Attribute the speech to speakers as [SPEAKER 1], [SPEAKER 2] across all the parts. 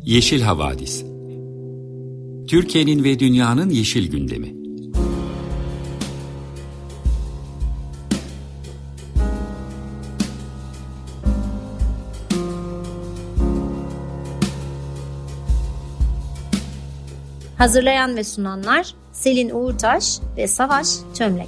[SPEAKER 1] Yeşil Havadis. Türkiye'nin ve dünyanın yeşil gündemi.
[SPEAKER 2] Hazırlayan ve sunanlar Selin Uğurtaş ve Savaş Çömlek.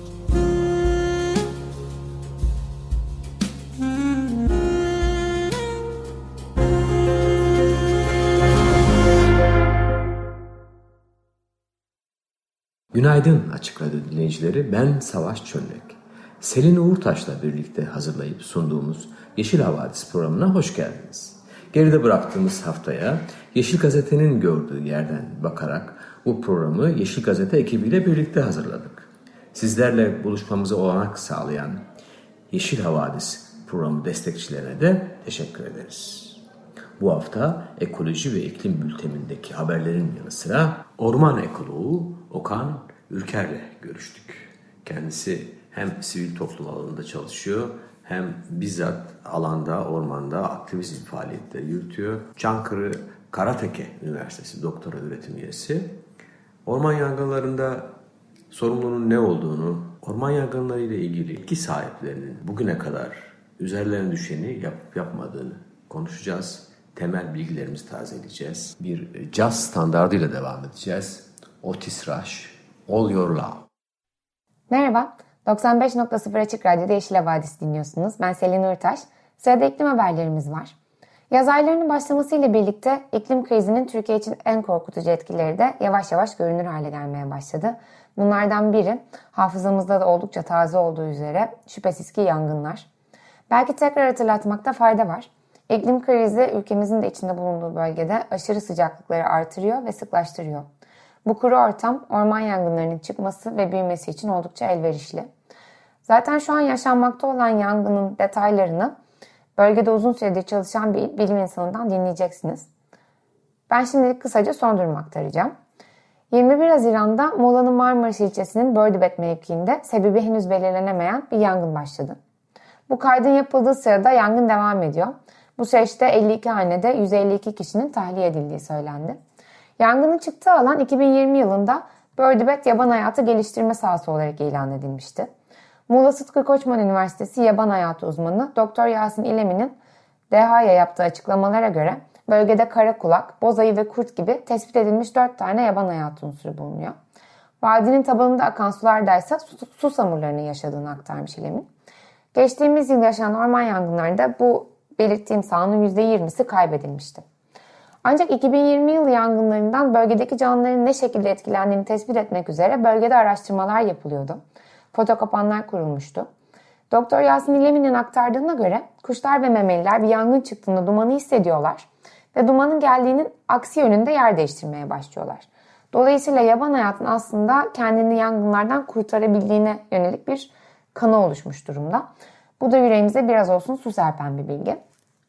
[SPEAKER 3] Günaydın Açık Radyo dinleyicileri, ben Savaş Çömlek. Selin Uğurtaş'la birlikte hazırlayıp sunduğumuz Yeşil Havadis programına hoş geldiniz. Geride bıraktığımız haftaya Yeşil Gazete'nin gördüğü yerden bakarak bu programı Yeşil Gazete ekibiyle birlikte hazırladık. Sizlerle buluşmamıza olanak sağlayan Yeşil Havadis programı destekçilerine de teşekkür ederiz. Bu hafta ekoloji ve iklim bültenindeki haberlerin yanı sıra orman ekoloğu Okan Ürker'le görüştük. Kendisi hem sivil toplum alanında çalışıyor hem bizzat alanda, ormanda aktivizm faaliyetleri yürütüyor. Çankırı Karateke Üniversitesi doktora öğretim üyesi. Orman yangınlarında sorumlunun ne olduğunu, orman yangınları ile ilgili yetki sahiplerinin bugüne kadar üzerlerine düşeni yapıp yapmadığını konuşacağız. Temel bilgilerimizi tazeleyeceğiz. Bir caz standardıyla devam edeceğiz. Otis Rush, All Your Love.
[SPEAKER 4] Merhaba, 95.0 Açık Radyo'da Yeşil Havadis dinliyorsunuz. Ben Selin Uğurtaş. Sırada iklim haberlerimiz var. Yaz aylarının başlamasıyla birlikte iklim krizinin Türkiye için en korkutucu etkileri de yavaş yavaş görünür hale gelmeye başladı. Bunlardan biri, hafızamızda da oldukça taze olduğu üzere şüphesiz ki yangınlar. Belki tekrar hatırlatmakta fayda var. İklim krizi ülkemizin de içinde bulunduğu bölgede aşırı sıcaklıkları artırıyor ve sıklaştırıyor. Bu kuru ortam orman yangınlarının çıkması ve büyümesi için oldukça elverişli. Zaten şu an yaşanmakta olan yangının detaylarını bölgede uzun süredir çalışan bir bilim insanından dinleyeceksiniz. Ben şimdilik kısaca son durumu aktaracağım. 21 Haziran'da Muğla'nın Marmaris ilçesinin Bördübet mevkiinde sebebi henüz belirlenemeyen bir yangın başladı. Bu kaydın yapıldığı sırada yangın devam ediyor. Bu süreçte 52 hanede 152 kişinin tahliye edildiği söylendi. Yangının çıktığı alan 2020 yılında Bördübet Yaban Hayatı Geliştirme Sahası olarak ilan edilmişti. Muğla Sıtkı Koçman Üniversitesi Yaban Hayatı uzmanı Dr. Yasin İlemi'nin DHA'ya yaptığı açıklamalara göre bölgede karakulak, bozayı ve kurt gibi tespit edilmiş 4 tane yaban hayatı unsuru bulunuyor. Vadinin tabanında akan sulardaysa su samurlarının yaşadığını aktarmış İlemin. Geçtiğimiz yıl yaşanan orman yangınlarında bu belirttiğim sahanın %20'si kaybedilmişti. Ancak 2020 yılı yangınlarından bölgedeki canlıların ne şekilde etkilendiğini tespit etmek üzere bölgede araştırmalar yapılıyordu. Fotokapanlar kurulmuştu. Doktor Yasin İlemi'nin aktardığına göre kuşlar ve memeliler bir yangın çıktığında dumanı hissediyorlar ve dumanın geldiğinin aksi yönünde yer değiştirmeye başlıyorlar. Dolayısıyla yaban hayatının aslında kendini yangınlardan kurtarabildiğine yönelik bir kanı oluşmuş durumda. Bu da yüreğimize biraz olsun su serpen bir bilgi.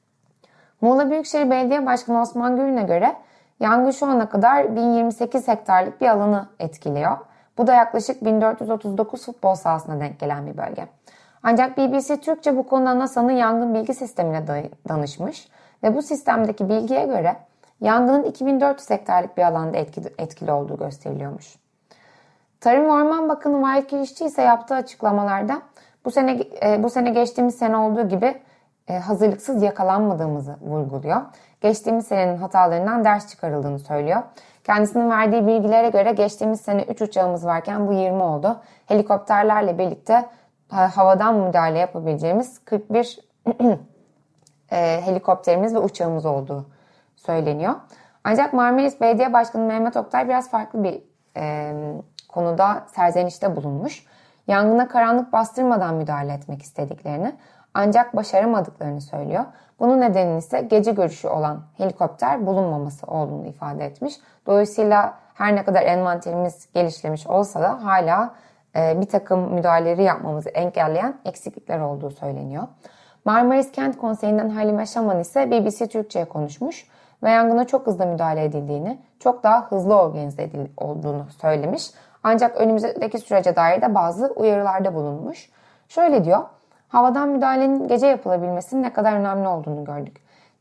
[SPEAKER 4] Muğla Büyükşehir Belediye Başkanı Osman Gür'üne göre yangın şu ana kadar 1028 hektarlık bir alanı etkiliyor. Bu da yaklaşık 1439 futbol sahasına denk gelen bir bölge. Ancak BBC Türkçe bu konuda NASA'nın yangın bilgi sistemine danışmış ve bu sistemdeki bilgiye göre yangının 2400 hektarlık bir alanda etkili olduğu gösteriliyormuş. Tarım ve Orman Bakanı Vahit Kirişçi ise yaptığı açıklamalarda bu sene geçtiğimiz sene olduğu gibi hazırlıksız yakalanmadığımızı vurguluyor. Geçtiğimiz senenin hatalarından ders çıkarıldığını söylüyor. Kendisinin verdiği bilgilere göre geçtiğimiz sene 3 uçağımız varken bu 20 oldu. Helikopterlerle birlikte havadan müdahale yapabileceğimiz 41 helikopterimiz ve uçağımız olduğu söyleniyor. Ancak Marmaris Belediye Başkanı Mehmet Oktay biraz farklı bir konuda serzenişte bulunmuş. Yangına karanlık bastırmadan müdahale etmek istediklerini ancak başaramadıklarını söylüyor. Bunun nedeni ise gece görüşü olan helikopter bulunmaması olduğunu ifade etmiş. Dolayısıyla her ne kadar envanterimiz gelişlemiş olsa da hala bir takım müdahaleleri yapmamızı engelleyen eksiklikler olduğu söyleniyor. Marmaris Kent Konseyi'nden Halime Şaman ise BBC Türkçe'ye konuşmuş ve yangına çok hızlı müdahale edildiğini, çok daha hızlı organize olduğunu söylemiş. Ancak önümüzdeki sürece dair de bazı uyarılarda bulunmuş. Şöyle diyor, havadan müdahalenin gece yapılabilmesinin ne kadar önemli olduğunu gördük.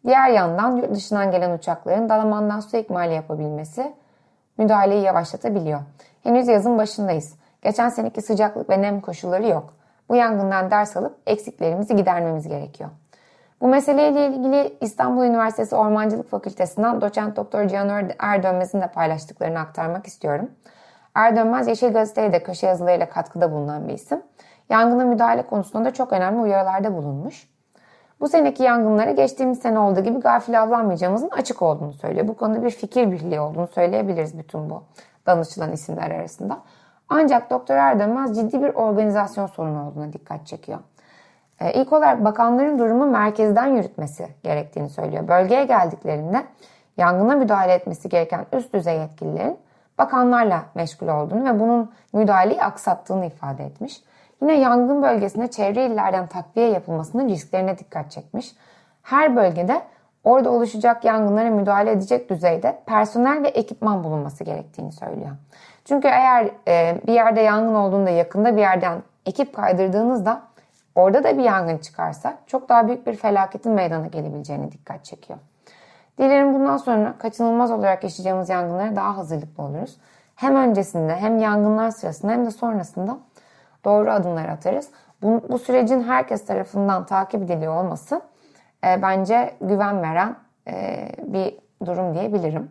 [SPEAKER 4] Diğer yandan yurt dışından gelen uçakların Dalaman'dan su ikmali yapabilmesi müdahaleyi yavaşlatabiliyor. Henüz yazın başındayız. Geçen seneki sıcaklık ve nem koşulları yok. Bu yangından ders alıp eksiklerimizi gidermemiz gerekiyor. Bu meseleyle ilgili İstanbul Üniversitesi Ormancılık Fakültesinden doçent doktor Cihan Erdönmez'in de paylaştıklarını aktarmak istiyorum. Erdönmez, Yeşil Gazete'ye de köşe yazılarıyla katkıda bulunan bir isim. Yangına müdahale konusunda da çok önemli uyarılarda bulunmuş. Bu seneki yangınlara geçtiğimiz sene olduğu gibi gafil avlanmayacağımızın açık olduğunu söylüyor. Bu konuda bir fikir birliği olduğunu söyleyebiliriz bütün bu danışılan isimler arasında. Ancak Doktor Erdönmez ciddi bir organizasyon sorunu olduğuna dikkat çekiyor. İlk olarak bakanların durumu merkezden yürütmesi gerektiğini söylüyor. Bölgeye geldiklerinde yangına müdahale etmesi gereken üst düzey yetkililerin bakanlarla meşgul olduğunu ve bunun müdahaleyi aksattığını ifade etmiş. Yine yangın bölgesinde çevre illerden takviye yapılmasının risklerine dikkat çekmiş. Her bölgede orada oluşacak yangınlara müdahale edecek düzeyde personel ve ekipman bulunması gerektiğini söylüyor. Çünkü eğer bir yerde yangın olduğunda yakında bir yerden ekip kaydırdığınızda orada da bir yangın çıkarsa çok daha büyük bir felaketin meydana gelebileceğine dikkat çekiyor. Dilerim bundan sonra kaçınılmaz olarak yaşayacağımız yangınlara daha hazırlıklı oluruz. Hem öncesinde hem yangınlar sırasında hem de sonrasında doğru adımlar atarız. Bu sürecin herkes tarafından takip ediliyor olması bence güven veren bir durum diyebilirim.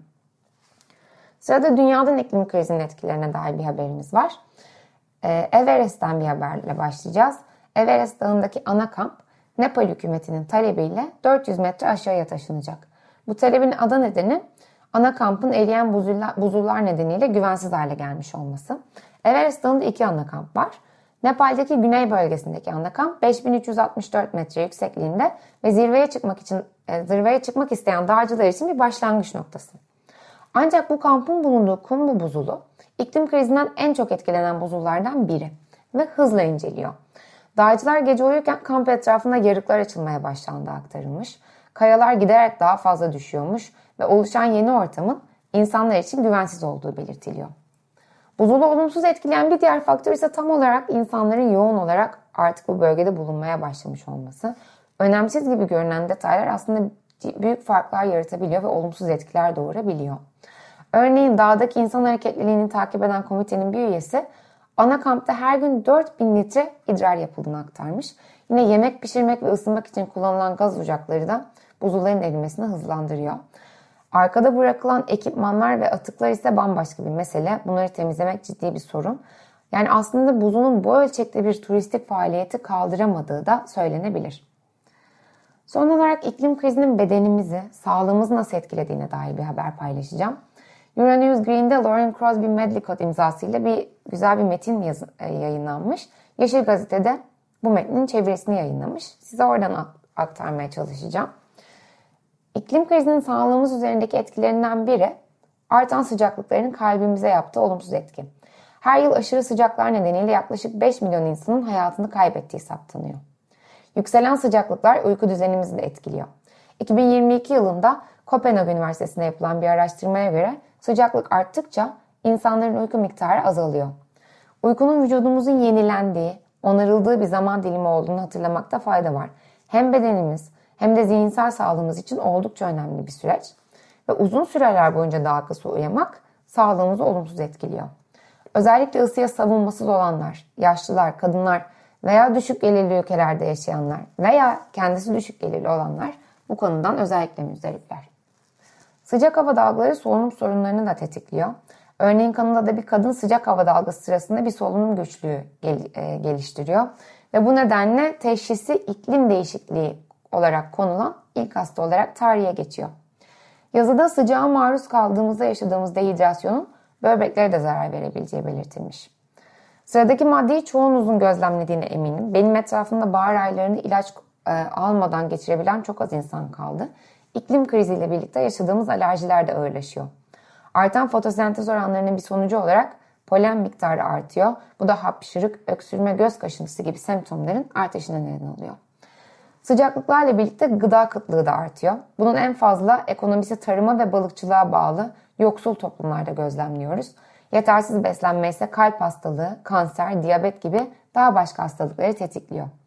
[SPEAKER 4] Sırada dünyadan iklim krizinin etkilerine dair bir haberimiz var. Everest'ten bir haberle başlayacağız. Everest Dağı'ndaki ana kamp Nepal hükümetinin talebiyle 400 metre aşağıya taşınacak. Bu talebin ana nedeni ana kampın eriyen buzullar nedeniyle güvensiz hale gelmiş olması. Everest Dağı'nda 2 ana kamp var. Nepal'deki güney bölgesindeki ana kamp 5364 metre yüksekliğinde ve zirveye çıkmak isteyen dağcılar için bir başlangıç noktası. Ancak bu kampın bulunduğu Khumbu buzulu iklim krizinden en çok etkilenen buzullardan biri ve hızla inceliyor. Dağcılar gece uyurken kamp etrafında yarıklar açılmaya başlandığı aktarılmış. Kayalar giderek daha fazla düşüyormuş ve oluşan yeni ortamın insanlar için güvensiz olduğu belirtiliyor. Buzulu olumsuz etkileyen bir diğer faktör ise tam olarak insanların yoğun olarak artık bu bölgede bulunmaya başlamış olması. Önemsiz gibi görünen detaylar aslında büyük farklar yaratabiliyor ve olumsuz etkiler doğurabiliyor. Örneğin dağdaki insan hareketliliğini takip eden komitenin bir üyesi ana kampta her gün 4000 litre idrar yapıldığını aktarmış. Yine yemek pişirmek ve ısınmak için kullanılan gaz ocakları da buzulların erimesini hızlandırıyor. Arkada bırakılan ekipmanlar ve atıklar ise bambaşka bir mesele. Bunları temizlemek ciddi bir sorun. Yani aslında buzulun bu ölçekte bir turistik faaliyeti kaldıramadığı da söylenebilir. Son olarak iklim krizinin bedenimizi, sağlığımızı nasıl etkilediğine dair bir haber paylaşacağım. Euronews Green'de Lauren Crosby Medlicott imzasıyla güzel bir metin yayınlanmış. Yeşil Gazete'de bu metnin çevirisini yayınlamış. Size oradan aktarmaya çalışacağım. İklim krizinin sağlığımız üzerindeki etkilerinden biri artan sıcaklıkların kalbimize yaptığı olumsuz etki. Her yıl aşırı sıcaklar nedeniyle yaklaşık 5 milyon insanın hayatını kaybettiği saptanıyor. Yükselen sıcaklıklar uyku düzenimizi de etkiliyor. 2022 yılında Kopenhag Üniversitesi'nde yapılan bir araştırmaya göre sıcaklık arttıkça insanların uyku miktarı azalıyor. Uykunun vücudumuzun yenilendiği, onarıldığı bir zaman dilimi olduğunu hatırlamakta fayda var. Hem bedenimiz hem de zihinsel sağlığımız için oldukça önemli bir süreç. Ve uzun süreler boyunca daha kısa uyumak sağlığımızı olumsuz etkiliyor. Özellikle ısıya savunmasız olanlar, yaşlılar, kadınlar veya düşük gelirli ülkelerde yaşayanlar veya kendisi düşük gelirli olanlar bu konudan özellikle müzdaripler. Sıcak hava dalgaları solunum sorunlarını da tetikliyor. Örneğin Kanada'da bir kadın sıcak hava dalgası sırasında bir solunum güçlüğü geliştiriyor. Ve bu nedenle teşhisi iklim değişikliği olarak konulan ilk hasta olarak tarihe geçiyor. Yazıda sıcağa maruz kaldığımızda yaşadığımız dehidrasyonun böbreklere de zarar verebileceği belirtilmiş. Sıradaki maddeyi çoğunuzun gözlemlediğine eminim. Benim etrafımda bahar aylarını ilaç almadan geçirebilen çok az insan kaldı. İklim kriziyle birlikte yaşadığımız alerjiler de ağırlaşıyor. Artan fotosentez oranlarının bir sonucu olarak polen miktarı artıyor. Bu da hapşırık, öksürme, göz kaşıntısı gibi semptomların artışına neden oluyor. Sıcaklıklarla birlikte gıda kıtlığı da artıyor. Bunun en fazla ekonomisi tarıma ve balıkçılığa bağlı yoksul toplumlarda gözlemliyoruz. Yetersiz beslenme ise kalp hastalığı, kanser, diyabet gibi daha başka hastalıkları tetikliyor.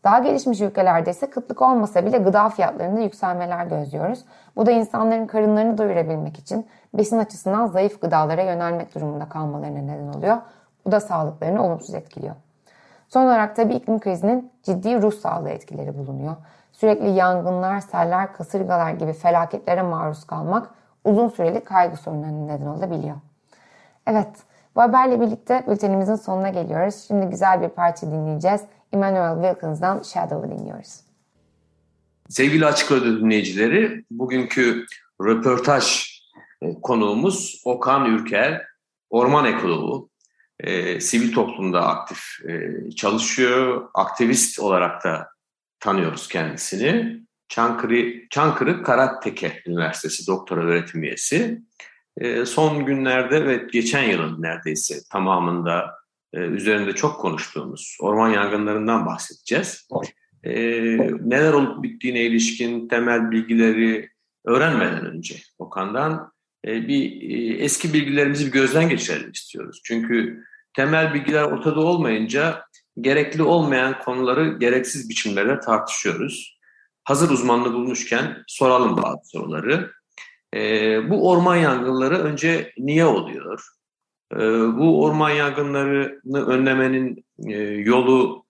[SPEAKER 4] Daha gelişmiş ülkelerde ise kıtlık olmasa bile gıda fiyatlarında yükselmeler gözlüyoruz. Bu da insanların karınlarını doyurabilmek için besin açısından zayıf gıdalara yönelmek durumunda kalmalarına neden oluyor. Bu da sağlıklarını olumsuz etkiliyor. Son olarak tabii iklim krizinin ciddi ruh sağlığı etkileri bulunuyor. Sürekli yangınlar, seller, kasırgalar gibi felaketlere maruz kalmak uzun süreli kaygı sorunlarına neden olabiliyor. Evet, bu haberle birlikte bültenimizin sonuna geliyoruz. Şimdi güzel bir parça dinleyeceğiz. Immanuel Wilkins'dan Shadow'u dinliyoruz.
[SPEAKER 3] Sevgili Açık Radyo dinleyicileri, bugünkü röportaj konuğumuz Okan Ürkel, orman ekoloğu, sivil toplumda aktif çalışıyor, aktivist olarak da tanıyoruz kendisini. Çankırı Karateke Üniversitesi doktora öğretim üyesi. Son günlerde ve geçen yılın neredeyse tamamında üzerinde çok konuştuğumuz orman yangınlarından bahsedeceğiz. Neler olup bittiğine ilişkin temel bilgileri öğrenmeden önce Okan'dan eski bilgilerimizi bir gözden geçirelim istiyoruz. Çünkü temel bilgiler ortada olmayınca gerekli olmayan konuları gereksiz biçimlerde tartışıyoruz. Hazır uzmanlığı bulmuşken soralım bazı soruları. Bu orman yangınları önce niye oluyor? Bu orman yangınlarını önlemenin yolu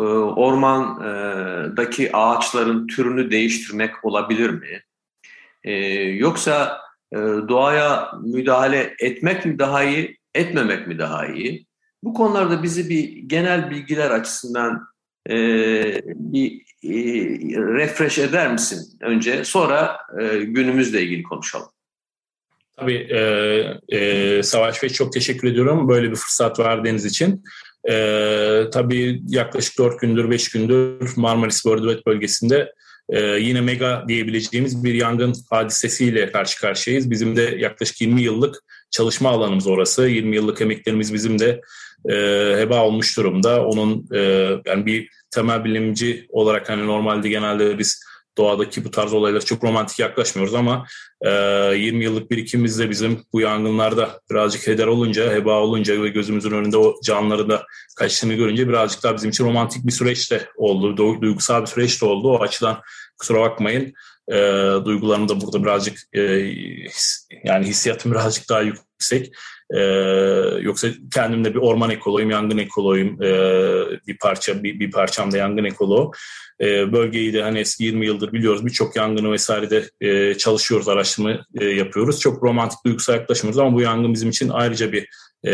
[SPEAKER 3] ormandaki ağaçların türünü değiştirmek olabilir mi? Yoksa doğaya müdahale etmek mi daha iyi, etmemek mi daha iyi? Bu konularda bizi bir genel bilgiler açısından refresh eder misin önce? Sonra günümüzle ilgili konuşalım.
[SPEAKER 5] Tabii Savaş Bey, çok teşekkür ediyorum böyle bir fırsat verdiğiniz için. Tabii yaklaşık 4 gündür 5 gündür Marmaris Bordüvet bölgesinde yine mega diyebileceğimiz bir yangın hadisesiyle karşı karşıyayız. Bizim de yaklaşık 20 yıllık çalışma alanımız orası. 20 yıllık emeklerimiz bizim de heba olmuş durumda. Onun yani bir temel bilimci olarak hani normalde genelde biz doğadaki bu tarz olaylara çok romantik yaklaşmıyoruz ama 20 yıllık birikimimizde bizim bu yangınlarda birazcık heder olunca, heba olunca ve gözümüzün önünde o canlıların da kaçtığını görünce birazcık daha bizim için romantik bir süreç de oldu. Duygusal bir süreç de oldu. O açıdan kusura bakmayın. Duygularım da burada birazcık yani hissiyatım birazcık daha yüksek. Yoksa kendim de bir orman ekoloğuyum, yangın ekoloğuyum. Bir parçam da yangın ekoloğu. Bölgeyi de hani eski 20 yıldır biliyoruz. Birçok yangını vesaire de çalışıyoruz, araştırma yapıyoruz. Çok romantik, duygusal yaklaşmıyoruz ama bu yangın bizim için ayrıca bir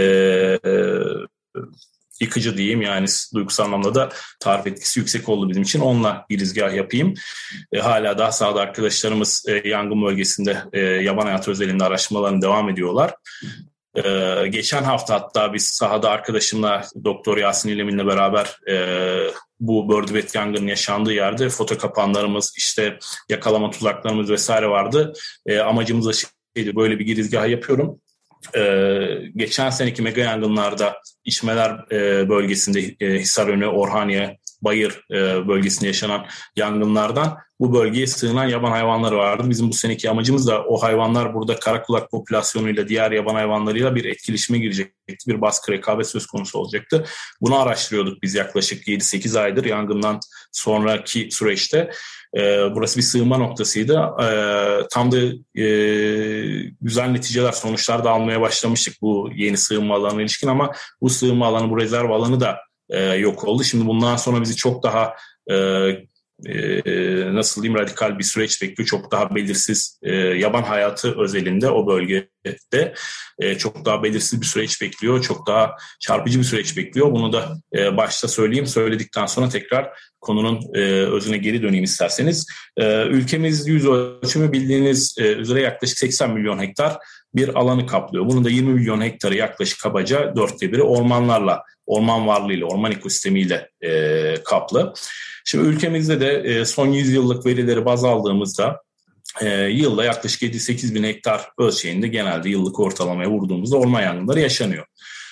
[SPEAKER 5] yıkıcı diyeyim, yani duygusal anlamda da tarif etkisi yüksek oldu bizim için. Onunla girizgah yapayım. Hala daha sahada arkadaşlarımız yangın bölgesinde yaban hayatı özelinde araştırmalarına devam ediyorlar. Geçen hafta hatta biz sahada arkadaşımla Doktor Yasin İlemin'le beraber bu Bordüvet yangının yaşandığı yerde foto kapanlarımız, işte yakalama tuzaklarımız vesaire vardı. Amacımız da şeydi, böyle bir girizgah yapıyorum. Geçen seneki mega yangınlarda İçmeler bölgesinde Hisarönü, Orhaniye, Bayır bölgesinde yaşanan yangınlardan bu bölgeye sığınan yaban hayvanları vardı. Bizim bu seneki amacımız da o hayvanlar burada karakulak popülasyonuyla diğer yaban hayvanlarıyla bir etkileşime girecekti. Bir baskı, rekabet söz konusu olacaktı. Bunu araştırıyorduk biz yaklaşık 7-8 aydır yangından sonraki süreçte. Burası bir sığınma noktasıydı. Tam da güzel neticeler, sonuçlar da almaya başlamıştık bu yeni sığınma alanına ilişkin ama bu sığınma alanı, bu rezerv alanı da yok oldu. Şimdi bundan sonra bizi çok daha nasıl diyeyim, radikal bir süreç bekliyor. Çok daha belirsiz yaban hayatı özelinde o bölgede çok daha belirsiz bir süreç bekliyor. Çok daha çarpıcı bir süreç bekliyor. Bunu da başta söyleyeyim. Söyledikten sonra tekrar konunun özüne geri döneyim isterseniz. Ülkemiz yüz ölçümü bildiğiniz üzere yaklaşık 80 milyon hektar bir alanı kaplıyor. Bunun da 20 milyon hektarı yaklaşık kabaca 1/4 ormanlarla, orman varlığıyla, orman ekosistemiyle kaplı. Şimdi ülkemizde de son 100 yıllık verileri baz aldığımızda yılda yaklaşık 7-8 bin hektar ölçeğinde genelde yıllık ortalamaya vurduğumuzda orman yangınları yaşanıyor.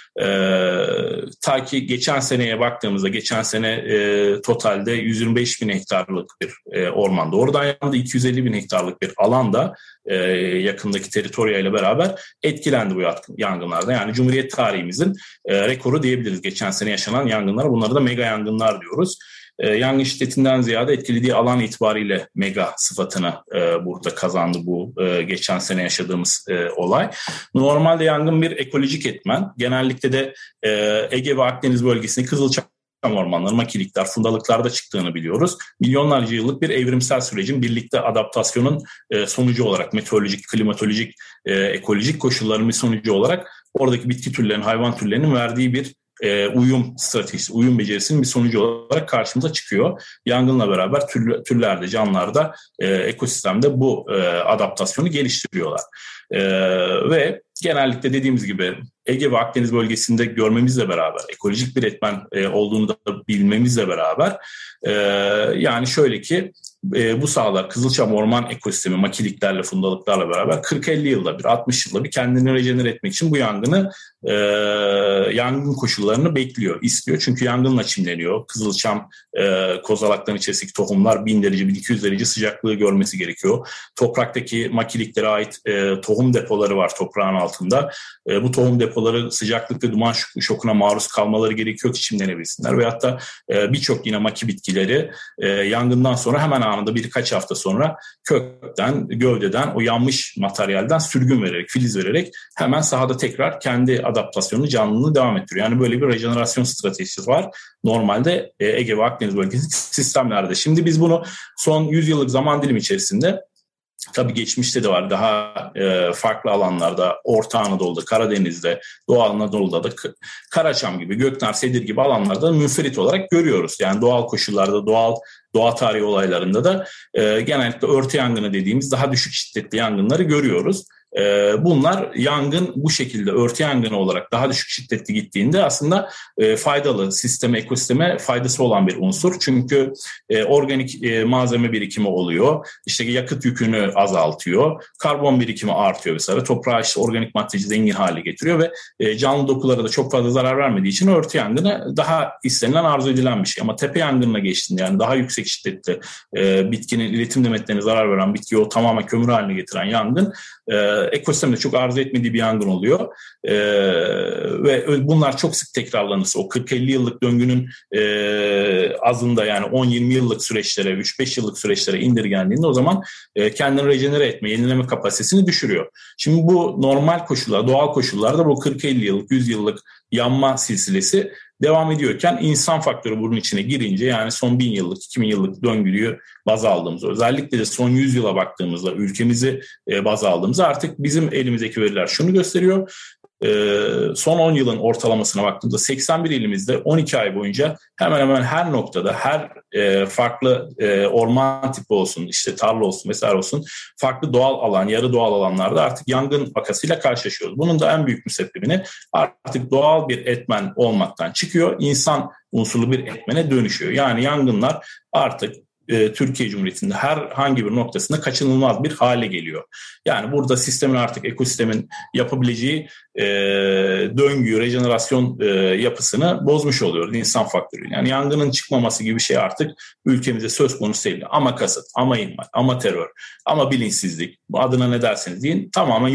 [SPEAKER 5] Ta ki geçen seneye baktığımızda geçen sene totalde 125 bin hektarlık bir ormanda oradan yanında 250 bin hektarlık bir alanda yakındaki teritorya ile beraber etkilendi bu yangınlarda. Yani Cumhuriyet tarihimizin rekoru diyebiliriz geçen sene yaşanan yangınlar. Bunlara da mega yangınlar diyoruz. yangın şiddetinden ziyade etkilediği alan itibariyle mega sıfatını burada kazandı bu geçen sene yaşadığımız olay. Normalde yangın bir ekolojik etmen. Genellikle de Ege ve Akdeniz bölgesinde Kızılçam ormanları, makilikler, fundalıklarda çıktığını biliyoruz. Milyonlarca yıllık bir evrimsel sürecin birlikte adaptasyonun sonucu olarak, meteorolojik, klimatolojik, ekolojik koşulların bir sonucu olarak oradaki bitki türlerinin, hayvan türlerinin verdiği bir uyum stratejisi, uyum becerisinin bir sonucu olarak karşımıza çıkıyor. Yangınla beraber türlerde, canlılarda, ekosistemde bu adaptasyonu geliştiriyorlar. Ve genellikle dediğimiz gibi Ege ve Akdeniz bölgesinde görmemizle beraber, ekolojik bir etmen olduğunu da bilmemizle beraber, yani şöyle ki bu sahalar Kızılçam orman ekosistemi makiliklerle, fundalıklarla beraber 40-50 yılda bir, 60 yılda bir kendini rejenere etmek için bu yangın koşullarını bekliyor, istiyor. Çünkü yangınla çimleniyor. Kızılçam kozalakların içerisindeki tohumlar 1000 derece, 1200 derece sıcaklığı görmesi gerekiyor. Topraktaki makiliklere ait tohum depoları var toprağın altında. Bu tohum depoları sıcaklık ve duman şokuna maruz kalmaları gerekiyor ki çimlenebilsinler. Veyahut da birçok yine maki bitkileri yangından sonra hemen anında birkaç hafta sonra kökten, gövdeden, o yanmış materyalden sürgün vererek, filiz vererek hemen sahada tekrar kendi adaptasyonunu, canlılığını devam ettiriyor. Yani böyle bir rejenerasyon stratejisi var normalde Ege ve Akdeniz bölgesindeki sistemlerde. Şimdi biz bunu son 100 yıllık zaman dilimi içerisinde, tabii geçmişte de var daha farklı alanlarda, Orta Anadolu'da, Karadeniz'de, Doğu Anadolu'da da Karaçam gibi, Göknar, Sedir gibi alanlarda münferit olarak görüyoruz. Yani doğal koşullarda, doğa tarihi olaylarında da genellikle örtü yangını dediğimiz daha düşük şiddetli yangınları görüyoruz. Bunlar yangın bu şekilde örtü yangını olarak daha düşük şiddetli gittiğinde aslında faydalı, sisteme, ekosisteme faydası olan bir unsur. Çünkü organik malzeme birikimi oluyor, işte yakıt yükünü azaltıyor, karbon birikimi artıyor vesaire. Toprağı işte organik maddeci zengin hale getiriyor ve canlı dokulara da çok fazla zarar vermediği için örtü yangını daha istenilen, arzu edilen bir şey. Ama tepe yangınına geçtiğinde, yani daha yüksek şiddetli bitkinin iletim demetlerine zarar veren, bitkiyi o tamamen kömür haline getiren yangın ekosistemde çok arzu etmediği bir yangın oluyor. Ve bunlar çok sık tekrarlanırsa, o 40-50 yıllık döngünün azında, yani 10-20 yıllık süreçlere, 3-5 yıllık süreçlere indirgendiğinde o zaman kendini rejenere etme, yenileme kapasitesini düşürüyor. Şimdi bu normal koşullar, doğal koşullarda bu 40-50 yıllık, 100 yıllık yanma silsilesi devam ediyorken insan faktörü bunun içine girince, yani son 1000 yıllık, 2000 yıllık döngüyü baz aldığımızda, özellikle de son 100 yıla baktığımızda, ülkemizi baz aldığımızda artık bizim elimizdeki veriler şunu gösteriyor. Son 10 yılın ortalamasına baktığımızda 81 ilimizde 12 ay boyunca hemen hemen her noktada, her farklı orman tipi olsun, işte tarla olsun vesaire olsun, farklı doğal alan, yarı doğal alanlarda artık yangın vakasıyla karşılaşıyoruz. Bunun da en büyük müsebbibini artık doğal bir etmen olmaktan çıkıyor, insan unsurlu bir etmene dönüşüyor. Yani yangınlar artık Türkiye Cumhuriyeti'nde herhangi bir noktasında kaçınılmaz bir hale geliyor. Yani burada sistemin, artık ekosistemin yapabileceği döngüyü, rejenerasyon yapısını bozmuş oluyoruz insan faktörüyle. Yani yangının çıkmaması gibi bir şey artık ülkemizde söz konusu değil. Ama kasıt, ama ihmal, ama terör, ama bilinçsizlik, adına ne derseniz deyin, tamamen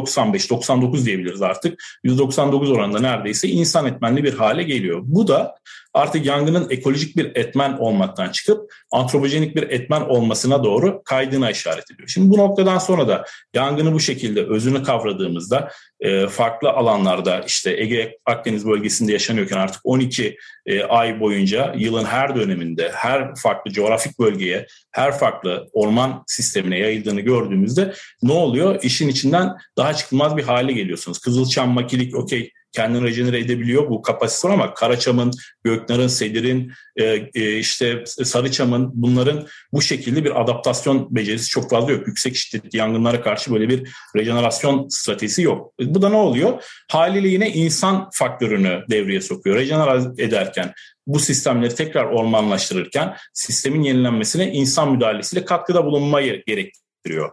[SPEAKER 5] %95-99 diyebiliriz artık. %99 oranında neredeyse insan etmenli bir hale geliyor. Bu da artık yangının ekolojik bir etmen olmaktan çıkıp antropojenik bir etmen olmasına doğru kaydığına işaret ediyor. Şimdi bu noktadan sonra da yangını bu şekilde özünü kavradığımızda farklı alanlarda, işte Ege Akdeniz bölgesinde yaşanıyorken artık 12 ay boyunca yılın her döneminde her farklı coğrafik bölgeye, her farklı orman sistemine yayıldığını gördüğümüzde ne oluyor? İşin içinden daha çıkılmaz bir hale geliyorsunuz. Kızılçam, makilik okey, kendini rejenere edebiliyor, bu kapasitesi var, ama Karaçam'ın, Göknar'ın, Sedir'in, işte Sarıçam'ın, bunların bu şekilde bir adaptasyon becerisi çok fazla yok. Yüksek şiddetli yangınlara karşı böyle bir rejenerasyon stratejisi yok. Bu da ne oluyor? Haliyle yine insan faktörünü devreye sokuyor. Rejenere ederken, bu sistemleri tekrar ormanlaştırırken sistemin yenilenmesine insan müdahalesiyle katkıda bulunmayı gerektiriyor.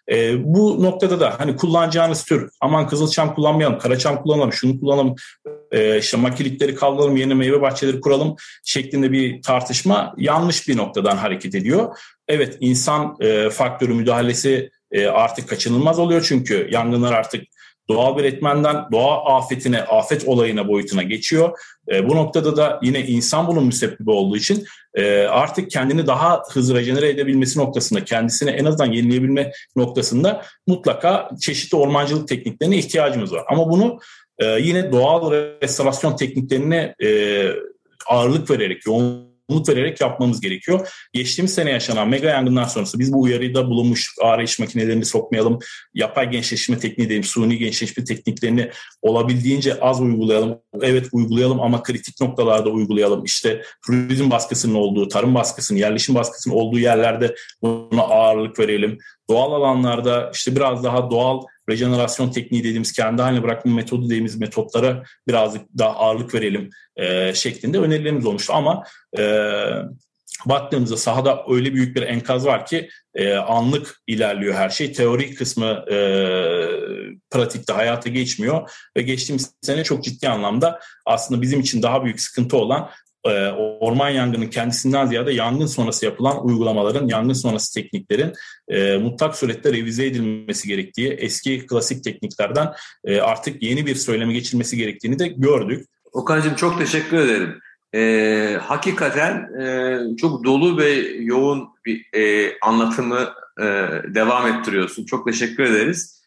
[SPEAKER 5] Bu noktada da hani kullanacağınız tür, aman Kızılçam kullanmayalım, Karaçam kullanalım, şunu kullanalım, işte makilikleri kaldıralım, yeni meyve bahçeleri kuralım şeklinde bir tartışma yanlış bir noktadan hareket ediyor. Evet, insan faktörü müdahalesi artık kaçınılmaz oluyor, çünkü yangınlar artık doğal bir etmenden doğa afetine, afet olayına boyutuna geçiyor. Bu noktada da yine insan bunun müsebbibi olduğu için artık kendini daha hızlı rejenere edebilmesi noktasında, kendisini en azından yenileyebilme noktasında mutlaka çeşitli ormancılık tekniklerine ihtiyacımız var. Ama bunu yine doğal restorasyon tekniklerine ağırlık vererek, yoğunluk vererek yapmamız gerekiyor. Geçtiğimiz sene yaşanan mega yangınlar sonrası biz bu uyarıda bulunmuş, ağır iş makinelerini sokmayalım, yapay gençleşme tekniği diyelim, suni gençleşme tekniklerini olabildiğince az uygulayalım. Evet uygulayalım ama kritik noktalarda uygulayalım. İşte turizm baskısının olduğu, tarım baskısının, yerleşim baskısının olduğu yerlerde buna ağırlık verelim. Doğal alanlarda işte biraz daha doğal rejenerasyon tekniği dediğimiz, kendi haline bırakma metodu dediğimiz metotlara birazcık daha ağırlık verelim şeklinde önerilerimiz olmuştu. Ama baktığımızda sahada öyle büyük bir enkaz var ki anlık ilerliyor her şey. Teori kısmı pratikte hayata geçmiyor ve geçtiğimiz sene çok ciddi anlamda aslında bizim için daha büyük sıkıntı olan orman yangının kendisinden ziyade yangın sonrası yapılan uygulamaların, yangın sonrası tekniklerin mutlak surette revize edilmesi gerektiği, eski klasik tekniklerden artık yeni bir söyleme geçilmesi gerektiğini de gördük.
[SPEAKER 3] Okan'cığım çok teşekkür ederim. Hakikaten çok dolu ve yoğun bir anlatımı devam ettiriyorsun. Çok teşekkür ederiz.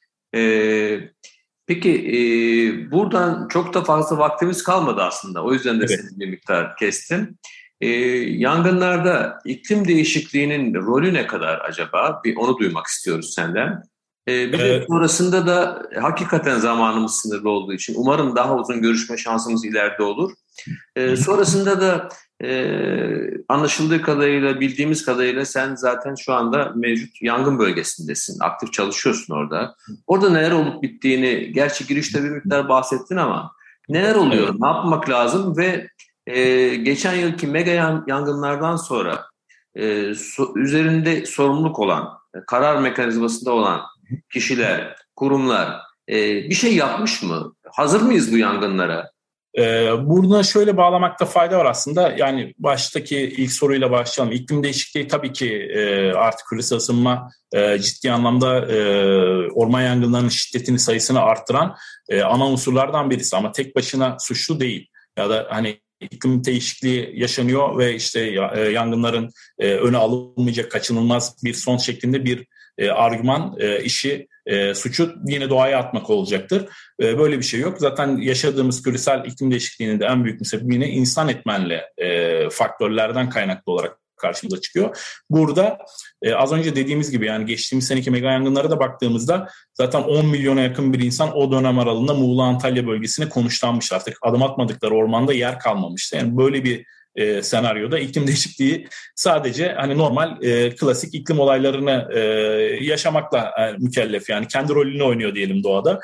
[SPEAKER 3] Peki buradan çok da fazla vaktimiz kalmadı aslında. O yüzden de
[SPEAKER 5] evet,
[SPEAKER 3] seni bir miktar kestim. Yangınlarda iklim değişikliğinin rolü ne kadar acaba? Bir onu duymak istiyoruz senden. Bir de sonrasında da hakikaten zamanımız sınırlı olduğu için umarım daha uzun görüşme şansımız ileride olur. Sonrasında da anlaşıldığı kadarıyla, bildiğimiz kadarıyla sen zaten şu anda mevcut yangın bölgesindesin. Aktif çalışıyorsun orada. Orada neler olup bittiğini, gerçi girişte bir miktar bahsettin ama neler oluyor, ne yapmak lazım ve geçen yılki mega yangınlardan sonra üzerinde sorumluluk olan, karar mekanizmasında olan kişiler, kurumlar bir şey yapmış mı? Hazır mıyız bu yangınlara?
[SPEAKER 5] Burada şöyle bağlamakta fayda var aslında. Yani baştaki ilk soruyla başlayalım. İklim değişikliği tabii ki artık küresel ısınma ciddi anlamda orman yangınlarının şiddetini, sayısını arttıran ana unsurlardan birisi. Ama tek başına suçlu değil. Ya da hani iklim değişikliği yaşanıyor ve işte yangınların öne alınmayacak, kaçınılmaz bir son şeklinde bir argüman suçu yine doğaya atmak olacaktır. Böyle bir şey yok. Zaten yaşadığımız küresel iklim değişikliğinin de en büyük müsebbibi yine insan etmenli faktörlerden kaynaklı olarak karşımıza çıkıyor. Burada az önce dediğimiz gibi yani geçtiğimiz seneki mega yangınlara da baktığımızda zaten 10 milyona yakın bir insan o dönem aralığında Muğla Antalya bölgesine konuşlanmış, artık adım atmadıkları ormanda yer kalmamıştı. Yani böyle bir senaryoda iklim değişikliği sadece hani normal klasik iklim olaylarını yaşamakla mükellef, yani kendi rolünü oynuyor diyelim doğada.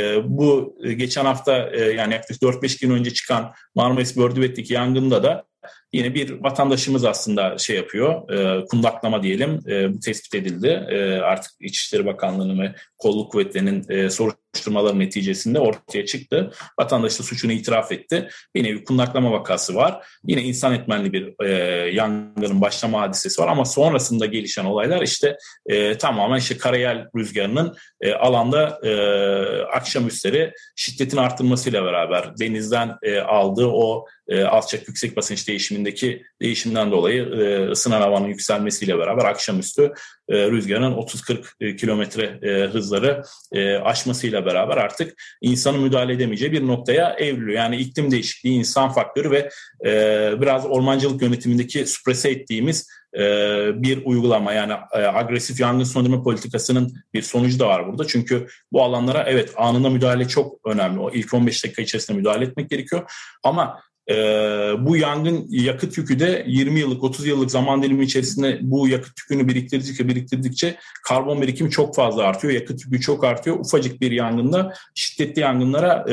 [SPEAKER 5] Bu geçen hafta yani yaklaşık 4-5 gün önce çıkan Marmaris Bördübet'teki yangında da yine bir vatandaşımız aslında şey yapıyor, kundaklama diyelim, bu tespit edildi. Artık İçişleri Bakanlığı'nın ve kolluk kuvvetlerinin soruşturmaları neticesinde ortaya çıktı. Vatandaş da suçunu itiraf etti. Bir nevi kundaklama vakası var. Yine insan etmenli bir yangının başlama hadisesi var ama sonrasında gelişen olaylar işte tamamen işte karayel rüzgarının alanda akşamüstleri şiddetin artmasıyla beraber denizden aldığı o alçak yüksek basınç değişimden dolayı ısınan havanın yükselmesiyle beraber akşamüstü rüzgarın 30-40 kilometre hızları aşmasıyla beraber artık insanın müdahale edemeyeceği bir noktaya evriliyor. Yani iklim değişikliği, insan faktörü ve biraz ormancılık yönetimindeki süprese ettiğimiz bir uygulama, yani agresif yangın söndürme politikasının bir sonucu da var burada. Çünkü bu alanlara evet anında müdahale çok önemli. O ilk 15 dakika içerisinde müdahale etmek gerekiyor. Ama bu yangın yakıt yükü de 20 yıllık 30 yıllık zaman dilimi içerisinde bu yakıt yükünü biriktirdikçe karbon birikimi çok fazla artıyor. Yakıt yükü çok artıyor. Ufacık bir yangında şiddetli yangınlara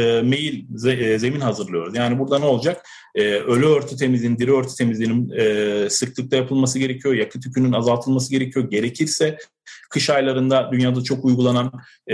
[SPEAKER 5] zemin hazırlıyoruz. Yani burada ne olacak? Ölü örtü temizliğinin, diri örtü temizliğinin sıklıkla yapılması gerekiyor. Yakıt yükünün azaltılması gerekiyor. Gerekirse kış aylarında dünyada çok uygulanan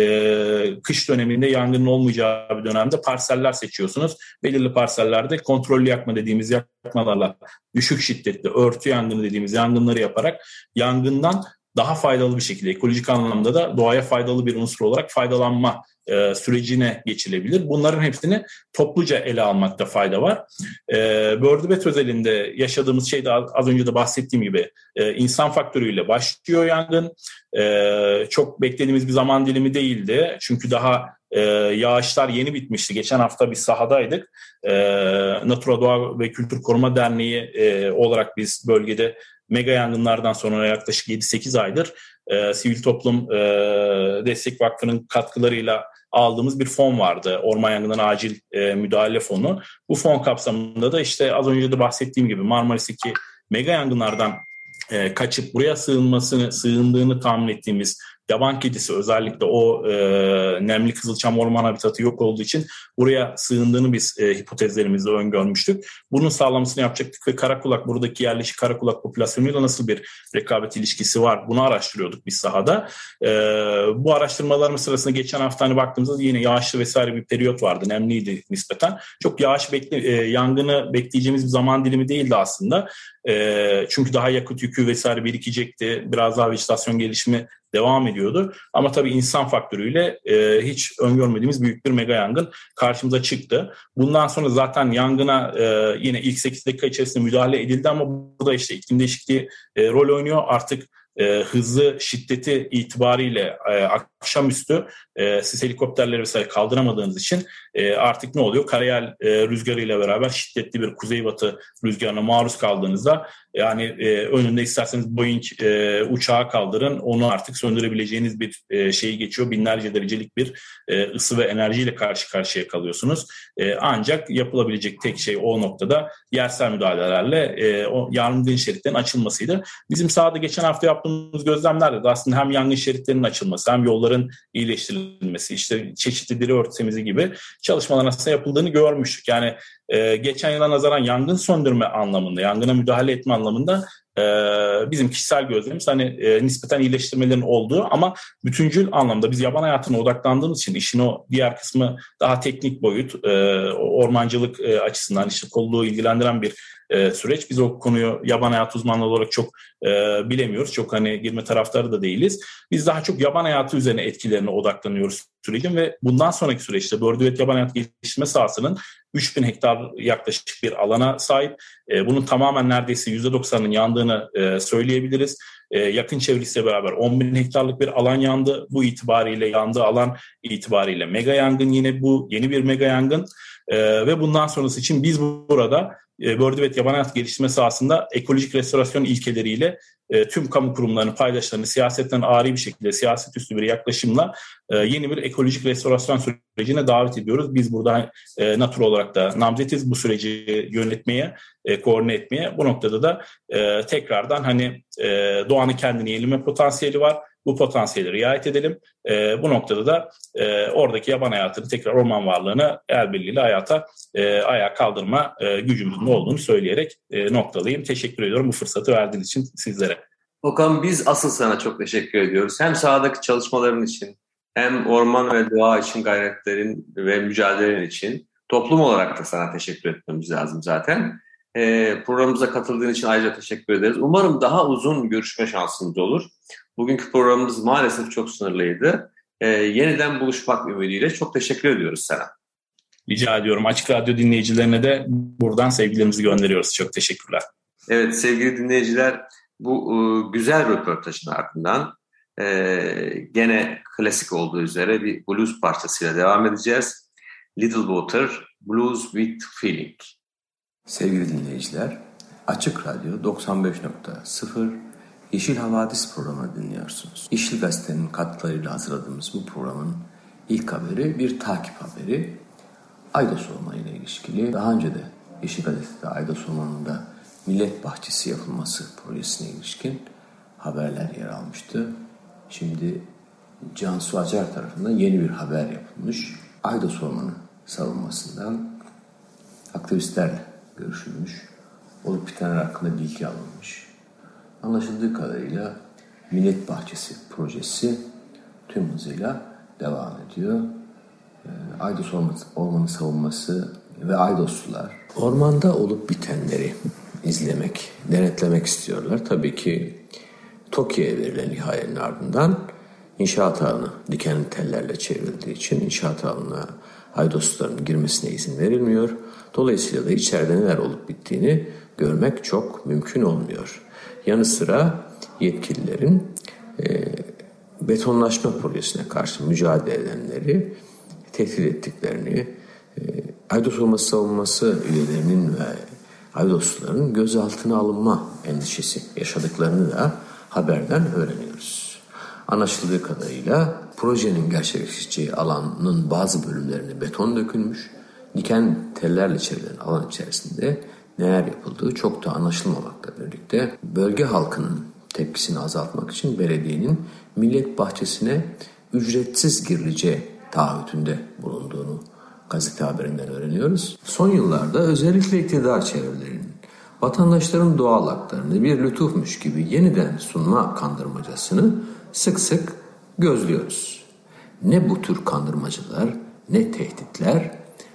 [SPEAKER 5] kış döneminde yangının olmayacağı bir dönemde parseller seçiyorsunuz. Belirli parsellerde kontrollü yakma dediğimiz yakmalarla düşük şiddetli örtü yangını dediğimiz yangınları yaparak yangından daha faydalı bir şekilde ekolojik anlamda da doğaya faydalı bir unsur olarak faydalanma sürecine geçilebilir. Bunların hepsini topluca ele almakta fayda var. Bördübet özelinde yaşadığımız şey de az önce de bahsettiğim gibi insan faktörüyle başlıyor yangın. Çok beklediğimiz bir zaman dilimi değildi. Çünkü daha yağışlar yeni bitmişti. Geçen hafta biz sahadaydık. Natura Doğa ve Kültür Koruma Derneği olarak biz bölgede mega yangınlardan sonra yaklaşık 7-8 aydır Sivil Toplum Destek Vakfı'nın katkılarıyla aldığımız bir fon vardı. Orman Yangınlarına Acil Müdahale Fonu. Bu fon kapsamında da işte az önce de bahsettiğim gibi Marmaris'teki mega yangınlardan kaçıp buraya sığındığını tahmin ettiğimiz yaban kedisi, özellikle o nemli kızılçam orman habitatı yok olduğu için buraya sığındığını biz hipotezlerimizde öngörmüştük. Bunun sağlamasını yapacaktık ve karakulak, buradaki yerleşik karakulak popülasyonuyla nasıl bir rekabet ilişkisi var, bunu araştırıyorduk biz sahada. Bu araştırmalarımız sırasında geçen hafta baktığımızda yine yağışlı vesaire bir periyot vardı, nemliydi nispeten. Çok yangını bekleyeceğimiz bir zaman dilimi değildi aslında. Çünkü daha yakıt yükü vesaire birikecekti. Biraz daha vejetasyon gelişimi devam ediyordu. Ama tabii insan faktörüyle hiç öngörmediğimiz büyük bir mega yangın karşımıza çıktı. Bundan sonra zaten yangına yine ilk 8 dakika içerisinde müdahale edildi ama burada işte iklim değişikliği rol oynuyor. Artık hızı, şiddeti itibariyle akşamüstü siz helikopterleri vesaire kaldıramadığınız için artık ne oluyor? Karayel rüzgarıyla beraber şiddetli bir kuzeybatı rüzgarına maruz kaldığınızda yani önünde isterseniz Boeing uçağı kaldırın, onu artık söndürebileceğiniz bir şeyi geçiyor. Binlerce derecelik bir ısı ve enerjiyle karşı karşıya kalıyorsunuz. Ancak yapılabilecek tek şey o noktada yersel müdahalelerle o yangın şeritlerinin açılmasıydı. Bizim sahada geçen hafta yaptığımız gözlemlerde de aslında hem yangın şeritlerinin açılması hem yolların iyileştirilmesi, işte çeşitli deri örtü temizliği gibi çalışmalar aslında yapıldığını görmüştük. Yani geçen yıla nazaran yangın söndürme anlamında, yangına müdahale etme anlamında bizim kişisel gözlemimiz nispeten iyileştirmelerin olduğu ama bütüncül anlamda biz yaban hayatına odaklandığımız için işin o diğer kısmı daha teknik boyut, ormancılık açısından işte kolluğu ilgilendiren bir süreç. Biz o konuyu yaban hayatı uzmanları olarak çok bilemiyoruz. Çok girme taraftarı da değiliz. Biz daha çok yaban hayatı üzerine etkilerine odaklanıyoruz sürecin ve bundan sonraki süreçte Bördübet Yaban Hayatı Geliştirme Sahası'nın 3000 hektar yaklaşık bir alana sahip. Bunun tamamen neredeyse %90'ının yandığını söyleyebiliriz. Yakın çevresiyle beraber 10.000 hektarlık bir alan yandı. Bu itibariyle yandığı alan itibariyle mega yangın, yine bu yeni bir mega yangın. Ve bundan sonrası için biz burada Bördübet Yaban Hayatı Geliştirme Sahası'nda ekolojik restorasyon ilkeleriyle tüm kamu kurumlarının paydaşlarını siyasetten ari bir şekilde, siyaset üstü bir yaklaşımla yeni bir ekolojik restorasyon sürecine davet ediyoruz. Biz burada Natura olarak da namzetiz bu süreci yönetmeye, koordine etmeye. Bu noktada da tekrardan doğanın kendini yenileme potansiyeli var. Bu potansiyeli riayet edelim. Bu noktada da oradaki yaban hayatını, tekrar orman varlığını el birliğiyle ayağa kaldırma gücümüzün olduğunu söyleyerek noktalayayım. Teşekkür ediyorum bu fırsatı verdiğiniz için sizlere.
[SPEAKER 3] Okan, biz asıl sana çok teşekkür ediyoruz. Hem sahadaki çalışmaların için hem orman ve doğa için gayretlerin ve mücadelelerin için toplum olarak da sana teşekkür etmemiz lazım zaten. Programımıza katıldığın için ayrıca teşekkür ederiz. Umarım daha uzun görüşme şansımız olur. Bugünkü programımız maalesef çok sınırlıydı. Yeniden buluşmak ümidiyle çok teşekkür ediyoruz sana.
[SPEAKER 5] Rica ediyorum. Açık Radyo dinleyicilerine de buradan sevgilerimizi gönderiyoruz. Çok teşekkürler.
[SPEAKER 3] Evet sevgili dinleyiciler, bu güzel röportajın ardından gene klasik olduğu üzere bir blues parçasıyla devam edeceğiz. Little Water, Blues with Feeling. Sevgili dinleyiciler, Açık Radyo 95.0 Yeşil Havadis programını dinliyorsunuz. Yeşil Gazete'nin katkılarıyla hazırladığımız bu programın ilk haberi bir takip haberi. Aydos Ormanı ile ilişkili. Daha önce de Yeşil Gazete'de Aydos Ormanı'nda millet bahçesi yapılması projesine ilişkin haberler yer almıştı. Şimdi Cansu Acar tarafından yeni bir haber yapılmış. Aydos Ormanı savunmasından aktivistlerle görüşülmüş. Olup bitenler hakkında bilgi alınmış. Anlaşıldığı kadarıyla millet bahçesi projesi tüm hızıyla devam ediyor. Aydos Ormanı savunması ve Aydoslular ormanda olup bitenleri izlemek, denetlemek istiyorlar. Tabii ki TOKİ'ye verilen ihalenin ardından İnşaat ağını diken tellerle çevrildiği için inşaat ağına haydosların girmesine izin verilmiyor. Dolayısıyla da içeride neler olup bittiğini görmek çok mümkün olmuyor. Yanı sıra yetkililerin betonlaşma projesine karşı mücadele edenleri tehdit ettiklerini, Aydos Ormanı Savunması üyelerinin ve Aydosluların gözaltına alınma endişesi yaşadıklarını da haberden öğreniyoruz. Anlaşıldığı kadarıyla projenin gerçekleşeceği alanın bazı bölümlerine beton dökülmüş, diken tellerle çevrilen alan içerisinde neler yapıldığı çok da anlaşılmamakla birlikte bölge halkının tepkisini azaltmak için belediyenin Millet Bahçesi'ne ücretsiz girileceği taahhütünde bulunduğunu gazete haberinden öğreniyoruz. Son yıllarda özellikle iktidar çevrelerinin vatandaşların doğal haklarını bir lütufmuş gibi yeniden sunma kandırmacasını sık sık gözlüyoruz. Ne bu tür kandırmacılar ne tehditler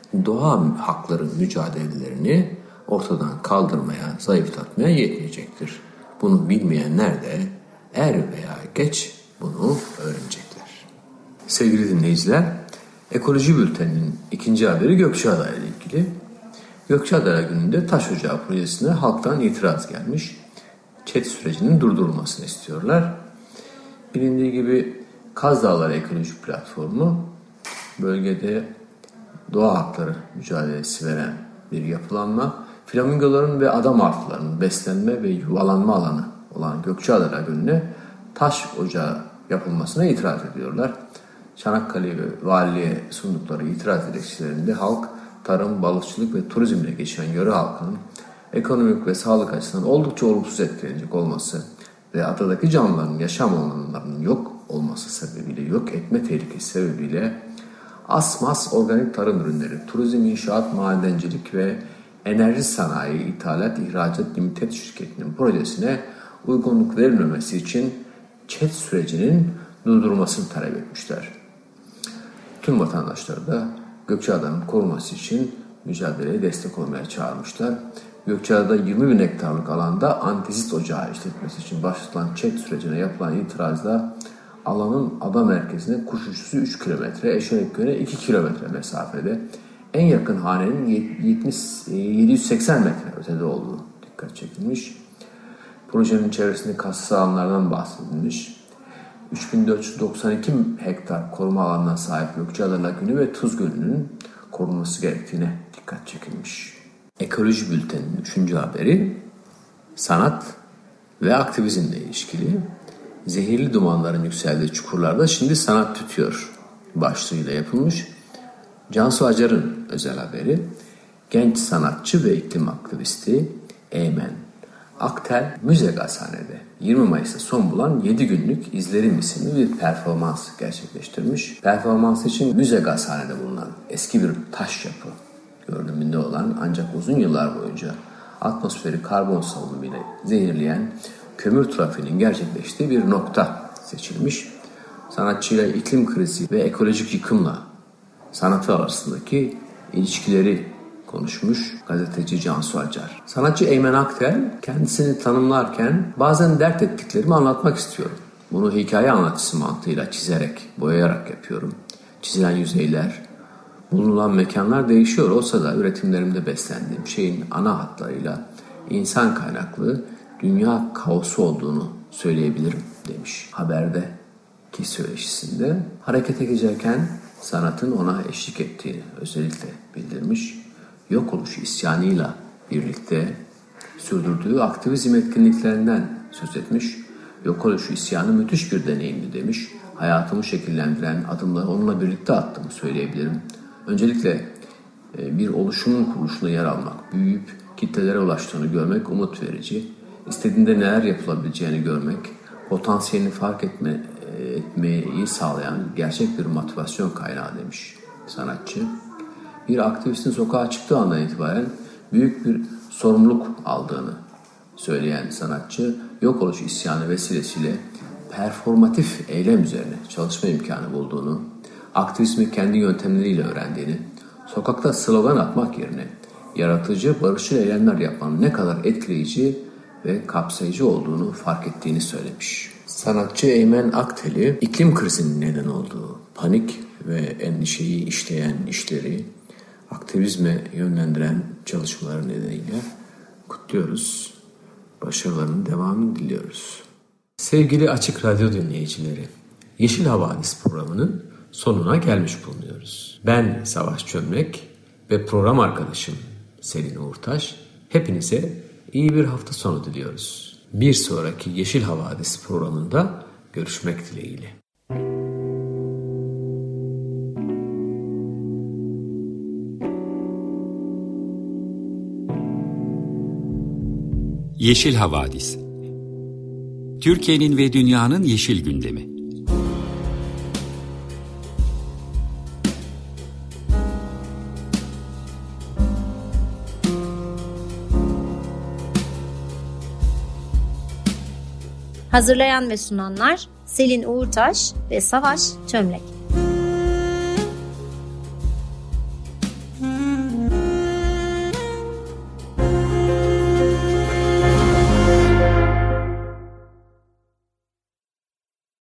[SPEAKER 3] doğa hakları mücadelelerini ortadan kaldırmaya, zayıflatmaya yetmeyecektir. Bunu bilmeyenler de er veya geç bunu öğrenecekler. Sevgili dinleyiciler, Ekoloji Bülteni'nin ikinci haberi Gökçeada ile ilgili. Gökçeada gününde taş ocağı projesine halktan itiraz gelmiş. ÇED sürecinin durdurulmasını istiyorlar. Bilindiği gibi Kaz Dağları Ekoloji Platformu bölgede doğa hakları mücadelesi veren bir yapılanma. Flamingoların ve adam avcılarının beslenme ve yuvalanma alanı olan Gökçeada Lagünü'ne taş ocağı yapılmasına itiraz ediyorlar. Çanakkale Valiliğe sundukları itiraz dilekçelerinde halk, tarım, balıkçılık ve turizmle geçen yöre halkının ekonomik ve sağlık açısından oldukça olumsuz etkilenecek olması ve adadaki canlıların yaşam alanlarının yok olması sebebiyle, yok etme tehlikesi sebebiyle Asmas Organik Tarım Ürünleri, Turizm, İnşaat, Madencilik ve Enerji Sanayi İthalat İhracat Limited şirketinin projesine uygunluk verilmemesi için ÇED sürecinin durdurulmasını talep etmişler. Tüm vatandaşları da Gökçeada'nın korunması için mücadeleye destek olmaya çağırmışlar. Gökçeada'da 20.000 hektarlık alanda antizit ocağı işletmesi için başlatılan ÇED sürecine yapılan itirazda alanın ada merkezine kuş uçuşu 3 kilometre, Eşerek Köyü'ne 2 kilometre mesafede, en yakın hanenin 780 metre ötede olduğu dikkat çekilmiş. Projenin çevresinde kassız alanlardan bahsedilmiş. 3492 hektar koruma alanına sahip Gökçeada Lagünü ve Tuz Gölü'nün korunması gerektiğine dikkat çekilmiş. Ekoloji Bülteni'nin 3. haberi sanat ve aktivizmle ilişkili. Zehirli dumanların yükseldiği çukurlarda şimdi sanat tütüyor başlığıyla yapılmış. Cansu Acar'ın özel haberi. Genç sanatçı ve iklim aktivisti Eymen Aktel Müze Gazhane'de 20 Mayıs'ta son bulan 7 günlük İzlerim isimli bir performans gerçekleştirmiş. Performans için Müze Gazhane'de bulunan eski bir taş yapı görünümünde olan ancak uzun yıllar boyunca atmosferi karbon salınımıyla zehirleyen kömür trafiğinin gerçekleştiği bir nokta seçilmiş. Sanatçıyla iklim krizi ve ekolojik yıkımla sanatı arasındaki ilişkileri konuşmuş gazeteci Cansu Acar. Sanatçı Eymen Aktel kendisini tanımlarken bazen dert ettiklerimi anlatmak istiyorum. Bunu hikaye anlatısı mantığıyla çizerek, boyayarak yapıyorum. Çizilen yüzeyler, bulunan mekanlar değişiyor olsa da üretimlerimde beslendiğim şeyin ana hatlarıyla insan kaynaklı dünya kaosu olduğunu söyleyebilirim demiş. Haberdeki söyleşisinde harekete geçerken sanatın ona eşlik ettiğini özellikle bildirmiş. Yok oluş isyanıyla birlikte sürdürdüğü aktivizm etkinliklerinden söz etmiş. Yok oluş isyanı müthiş bir deneyimdi demiş. Hayatımı şekillendiren adımları onunla birlikte attığımı söyleyebilirim. Öncelikle bir oluşumun kuruluşunda yer almak, büyüyüp kitlelere ulaştığını görmek umut verici. İstediğinde neler yapılabileceğini görmek, potansiyelini fark etmeyi sağlayan gerçek bir motivasyon kaynağı demiş sanatçı. Bir aktivistin sokağa çıktığı andan itibaren büyük bir sorumluluk aldığını söyleyen sanatçı, yok oluş isyanı vesilesiyle performatif eylem üzerine çalışma imkanı bulduğunu, aktivizmi kendi yöntemleriyle öğrendiğini, sokakta slogan atmak yerine yaratıcı, barışçıl eylemler yapmanın ne kadar etkileyici ve kapsayıcı olduğunu fark ettiğini söylemiş. Sanatçı Eymen Aktel'i iklim krizinin neden olduğu panik ve endişeyi işleyen işleri aktivizme yönlendiren çalışmaları nedeniyle kutluyoruz. Başarılarının devamını diliyoruz. Sevgili Açık Radyo dinleyicileri, Yeşil Havadis programının sonuna gelmiş bulunuyoruz. Ben Savaş Çömlek ve program arkadaşım Selin Uğurtaş hepinize iyi bir hafta sonu diliyoruz. Bir sonraki Yeşil Havadis programında görüşmek dileğiyle.
[SPEAKER 1] Yeşil Havadis. Türkiye'nin ve dünyanın yeşil gündemi.
[SPEAKER 2] Hazırlayan ve sunanlar Selin Uğurtaş ve Savaş Çömlek.